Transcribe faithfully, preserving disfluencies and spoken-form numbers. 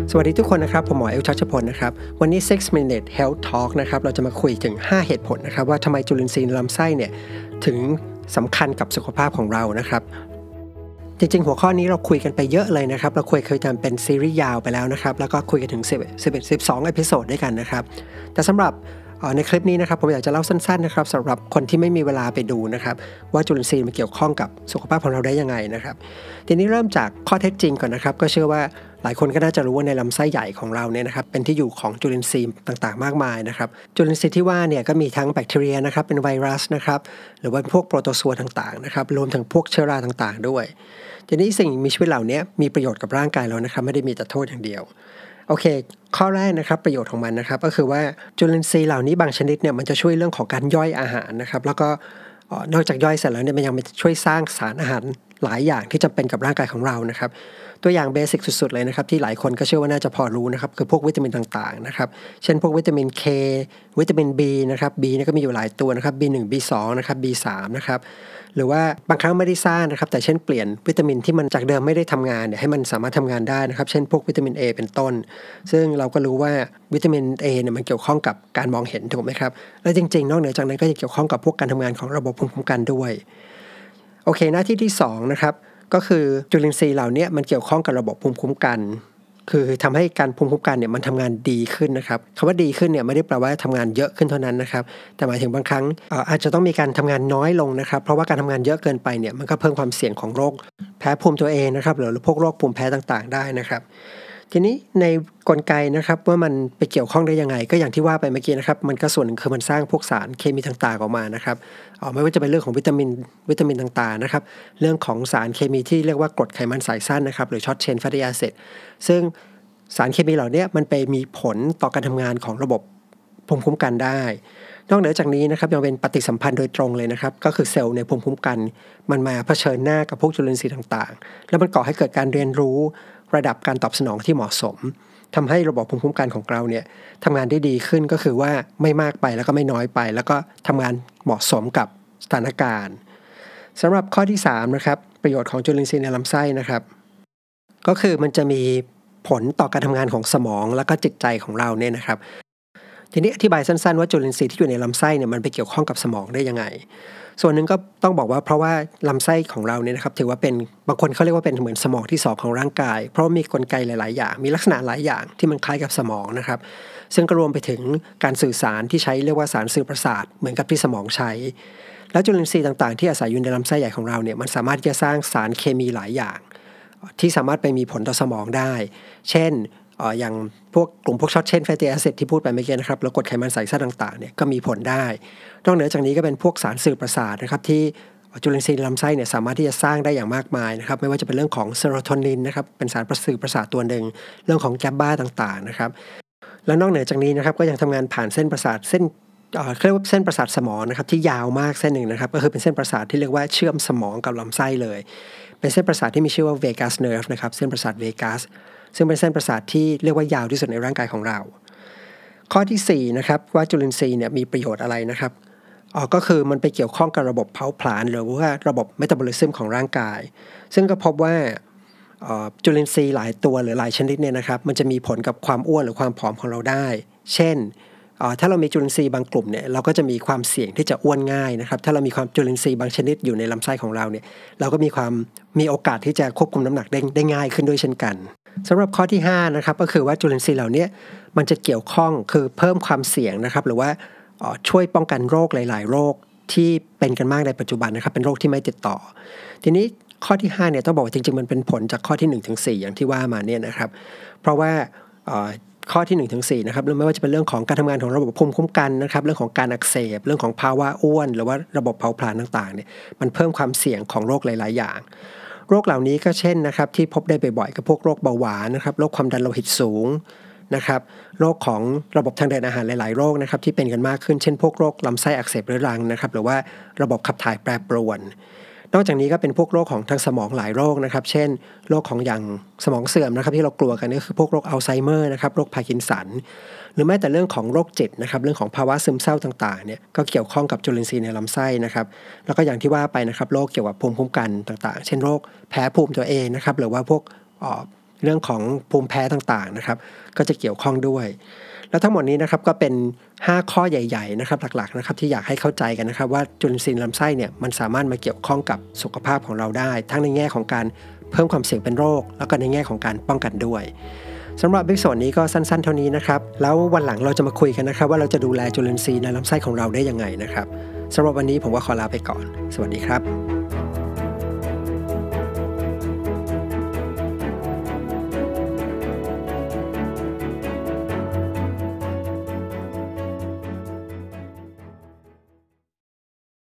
สวัสดีทุกคนนะครับผมหมอเอลชัชพลนะครับวันนี้six minute health talk นะครับเราจะมาคุยถึงห้าเหตุผลนะครับว่าทำไมจุลินทรีย์ในลำไส้เนี่ยถึงสำคัญกับสุขภาพของเรานะครับจริงๆหัวข้อนี้เราคุยกันไปเยอะเลยนะครับเราคุยเคยทำเป็นซีรีส์ยาวไปแล้วนะครับแล้วก็คุยกันถึงสิบ สิบเอ็ด สิบสองเอพิโซดด้วยกันนะครับแต่สำหรับในคลิปนี้นะครับผมอยากจะเล่าสั้นๆนะครับสำหรับคนที่ไม่มีเวลาไปดูนะครับว่าจุลินทรีย์มันเกี่ยวข้องกับสุขภาพของเราได้ยังไงนะครับทีนี้เริ่มจากข้อเท็จจริงก่อนนะครับก็เชื่อว่าหลายคนก็น่าจะรู้ว่าในลำไส้ใหญ่ของเราเนี่ยนะครับเป็นที่อยู่ของจุลินทรีย์ต่างๆมากมายนะครับจุลินทรีย์ที่ว่าเนี่ยก็มีทั้งแบคทีเรียนะครับเป็นไวรัสนะครับหรือว่าพวกโปรโตซัวต่างๆนะครับรวมถึงพวกเชื้อราต่างๆด้วยทีนี้สิ่งมีชีวิตเหล่านี้มีประโยชน์กับร่างกายเรานะครับไม่ได้มีแต่โทษอย่างเดียวโอเคข้อแรกนะครับประโยชน์ของมันนะครับก็คือว่าจุลินทรีย์เหล่านี้บางชนิดเนี่ยมันจะช่วยเรื่องของการย่อยอาหารนะครับแล้วก็นอกจากย่อยเสร็จแล้วเนี่ยมันยังช่วยสร้างสารอาหารหลายอย่างที่จำเป็นกับร่างกายของเรานะครับตัวอย่างเบสิกสุดๆเลยนะครับที่หลายคนก็เชื่อว่าน่าจะพอรู้นะครับคือพวกวิตามินต่างๆนะครับเช่นพวกวิตามิน K วิตามิน B นะครับ B นี่ก็มีอยู่หลายตัวนะครับ บี หนึ่ง บี สอง นะครับ บี สาม นะครับหรือว่าบางครั้งไม่ได้สร้างนะครับแต่เช่นเปลี่ยนวิตามินที่มันจากเดิมไม่ได้ทำงานเนี่ยให้มันสามารถทำงานได้นะครับเช่นพวกวิตามิน A เป็นต้นซึ่งเราก็รู้ว่าวิตามิน A เนี่ยมันเกี่ยวข้องกับการมองเห็นถูกไหมครับและจริงๆนอกเหนือจากนั้นก็จะเกี่ยวข้องกับพวกการทำงานของระบบภูมิคุ้มกันด้วยโอเคหน้าที่ที่สองนะครับก็คือจุลินทรีย์เหล่านี้มันเกี่ยวข้องกับระบบภูมิคุ้มกันคือทำให้การภูมิคุ้มกันเนี่ยมันทำงานดีขึ้นนะครับคำว่าดีขึ้นเนี่ยไม่ได้แปลว่าทำงานเยอะขึ้นเท่านั้นนะครับแต่หมายถึงบางครั้งอาจจะต้องมีการทำงานน้อยลงนะครับเพราะว่าการทำงานเยอะเกินไปเนี่ยมันก็เพิ่มความเสี่ยงของโรคแพ้ภูมิตัวเองนะครับหรือพวกโรคภูมิแพ้ต่างๆได้นะครับทีนี้ในกลไกนะครับว่ามันไปเกี่ยวข้องได้ยังไงก็อย่างที่ว่าไปเมื่อกี้นะครับมันก็ส่วนหนึ่งคือมันสร้างพวกสารเคมีต่างๆออกมานะครับไม่ว่าจะเป็นเรื่องของวิตามินวิตามินต่างๆนะครับเรื่องของสารเคมีที่เรียกว่ากรดไขมันสายสั้นนะครับหรือช็อตเชนแฟตตี้แอซิดซึ่งสารเคมีเหล่านี้มันไปมีผลต่อการทำงานของระบบภูมิคุ้มกันได้นอกเหนือจากนี้นะครับยังเป็นปฏิสัมพันธ์โดยตรงเลยนะครับก็คือเซลล์ในภูมิคุ้มกันมันมาเผชิญหน้ากับพวกจุลินทรีย์ต่างๆแล้วมันก่อให้เกิดการเรียนรู้ระดับการตอบสนองที่เหมาะสมทำให้ระบบภูมิคุ้มกันของเราเนี่ยทำงานได้ดีขึ้นก็คือว่าไม่มากไปแล้วก็ไม่น้อยไปแล้วก็ทำงานเหมาะสมกับสถานการณ์สำหรับข้อที่สามนะครับประโยชน์ของจุลินทรีย์ในลำไส้นะครับก็คือมันจะมีผลต่อการทำงานของสมองแล้วก็จิตใจของเราเนี่ยนะครับทีนี้อธิบายสั้นๆว่าจุลินทรีย์ที่อยู่ในลำไส้เนี่ยมันไปเกี่ยวข้องกับสมองได้ยังไงส่วนหนึ่งก็ต้องบอกว่าเพราะว่าลำไส้ของเราเนี่ยนะครับถือว่าเป็นบางคนเขาเรียกว่าเป็นเหมือนสมองที่สองของร่างกายเพราะมีกลไกหลายๆอย่างมีลักษณะหลายอย่างที่มันคล้ายกับสมองนะครับซึ่งก็รวมไปถึงการสื่อสารที่ใช้เรียกว่าสารสื่อประสาทเหมือนกับที่สมองใช้แล้วจุลินทรีย์ต่างๆที่อาศัยอยู่ในลำไส้ใหญ่ของเราเนี่ยมันสามารถที่จะสร้างสารเคมีหลายอย่างที่สามารถไปมีผลต่อสมองได้เช่นเอ่ออย่างพวกกลุ่มพวกช็อตเชนแฟตตี้แอซิดที่พูดไปเมื่อกี้นะครับแล้วกรดไขมันสายสั้นต่างๆเนี่ยก็มีผลได้นอกเหนือจากนี้ก็เป็นพวกสารสื่อประสาทนะครับที่จุลินทรีย์ในลำไส้เนี่ยสามารถที่จะสร้างได้อย่างมากมายนะครับไม่ว่าจะเป็นเรื่องของเซโรโทนินนะครับเป็นสารประสื่อประสาทตัวหนึ่งเรื่องของแกบบ้าต่างๆนะครับแล้วนอกเหนือจากนี้นะครับก็ยังทำงานผ่านเส้นประสาทเส้นเอ่อเรียกว่าเส้นประสาทสมองนะครับที่ยาวมากเส้นหนึ่งนะครับก็คือเป็นเส้นประสาทที่เรียกว่าเชื่อมสมองกับลำไส้เลยเป็นเส้นประสาทที่มีชื่อว่าเวกัสเนิร์ฟนะครับเส้นประสาทเวกัสซึ่งเป็นเส้นประสาทที่เรียกว่ายาวที่สุดในร่างกายของเราข้อที่สี่นะครับว่าจุลินทรีย์เนี่ยมีประโยชน์อะไรนะครับอ๋อก็คือมันไปเกี่ยวข้องกับระบบเผาผลาญหรือว่าระบบเมตาบอลิซึมของร่างกายซึ่งก็พบว่าจุลินทรีย์หลายตัวหรือหลายชนิดเนี่ยนะครับมันจะมีผลกับความอ้วนหรือความผอมของเราได้เช่นถ้าเรามีจุลินทรีย์บางกลุ่มเนี่ยเราก็จะมีความเสี่ยงที่จะอ้วนง่ายนะครับถ้าเรามีความจุลินทรีย์บางชนิดอยู่ในลำไส้ของเราเนี่ยเราก็มีความมีโอกาสที่จะควบคุมน้ำหนักได้ได้ง่ายขึ้นด้วยเช่นกันสำหรับข้อที่ห้านะครับก็คือว่าจุลินทรีย์เหล่านี้มันจะเกี่ยวข้องคือเพิ่มความเสี่ยงนะครับหรือว่าช่วยป้องกันโรคหลายๆโรคที่เป็นกันมากในปัจจุบันนะครับเป็นโรคที่ไม่ติดต่อทีนี้ข้อที่ห้าเนี่ยต้องบอกว่าจริงๆมันเป็นผลจากข้อที่หนึ่งถึงสี่อย่างที่ว่ามาเนี่ยนะครับเพราะว่าข้อที่หนึ่งถึงสี่นะครับไม่ว่าจะเป็นเรื่องของการทำงานของระบบภูมิคุ้มกันนะครับเรื่องของการอักเสบเรื่องของภาวะอ้วนหรือว่าระบบเผาผลาญต่างๆเนี่ยมันเพิ่มความเสี่ยงของโรคหลายๆอย่างโรคเหล่านี้ก็เช่นนะครับที่พบได้บ่อยๆกับพวกโรคเบาหวานนะครับโรคความดันโลหิตสูงนะครับโรคของระบบทางเดินอาหารหลายๆโรคนะครับที่เป็นกันมากขึ้นเช่นพวกโรคลำไส้อักเสบเรื้อรังนะครับหรือว่าระบบขับถ่ายแปรปรวนนอกจากนี้ก็เป็นพวกโรคของทางสมองหลายโรคนะครับเช่นโรคของอย่างสมองเสื่อมนะครับที่เรากลัวกันก็คือพวกโรคอัลไซเมอร์นะครับโรคพาร์กินสันหรือแม้แต่เรื่องของโรคจิตนะครับเรื่องของภาวะซึมเศร้าต่างๆเนี่ยก็เกี่ยวข้องกับจุลินทรีย์ในลำไส้นะครับแล้วก็อย่างที่ว่าไปนะครับโรคเกี่ยวกับภูมิคุ้มกันต่างๆเช่นโรคแพ้ภูมิตัวเองนะครับหรือว่าพวกเรื่องของภูมิแพ้ต่างๆนะครับก็จะเกี่ยวข้องด้วยแล้วทั้งหมดนี้นะครับก็เป็นห้าข้อใหญ่ๆนะครับหลักๆนะครับที่อยากให้เข้าใจกันนะครับว่าจุลินทรีย์ในลำไส้เนี่ยมันสามารถมาเกี่ยวข้องกับสุขภาพของเราได้ทั้งในแง่ของการเพิ่มความเสี่ยงเป็นโรคแล้วก็ในแง่ของการป้องกันด้วยสำหรับวิดีโอนี้ก็สั้นๆเท่านี้นะครับแล้ววันหลังเราจะมาคุยกันนะครับว่าเราจะดูแลจุลินทรีย์ในลำไส้ของเราได้ยังไงนะครับสำหรับวันนี้ผมว่าขอลาไปก่อนสวัสดีครับ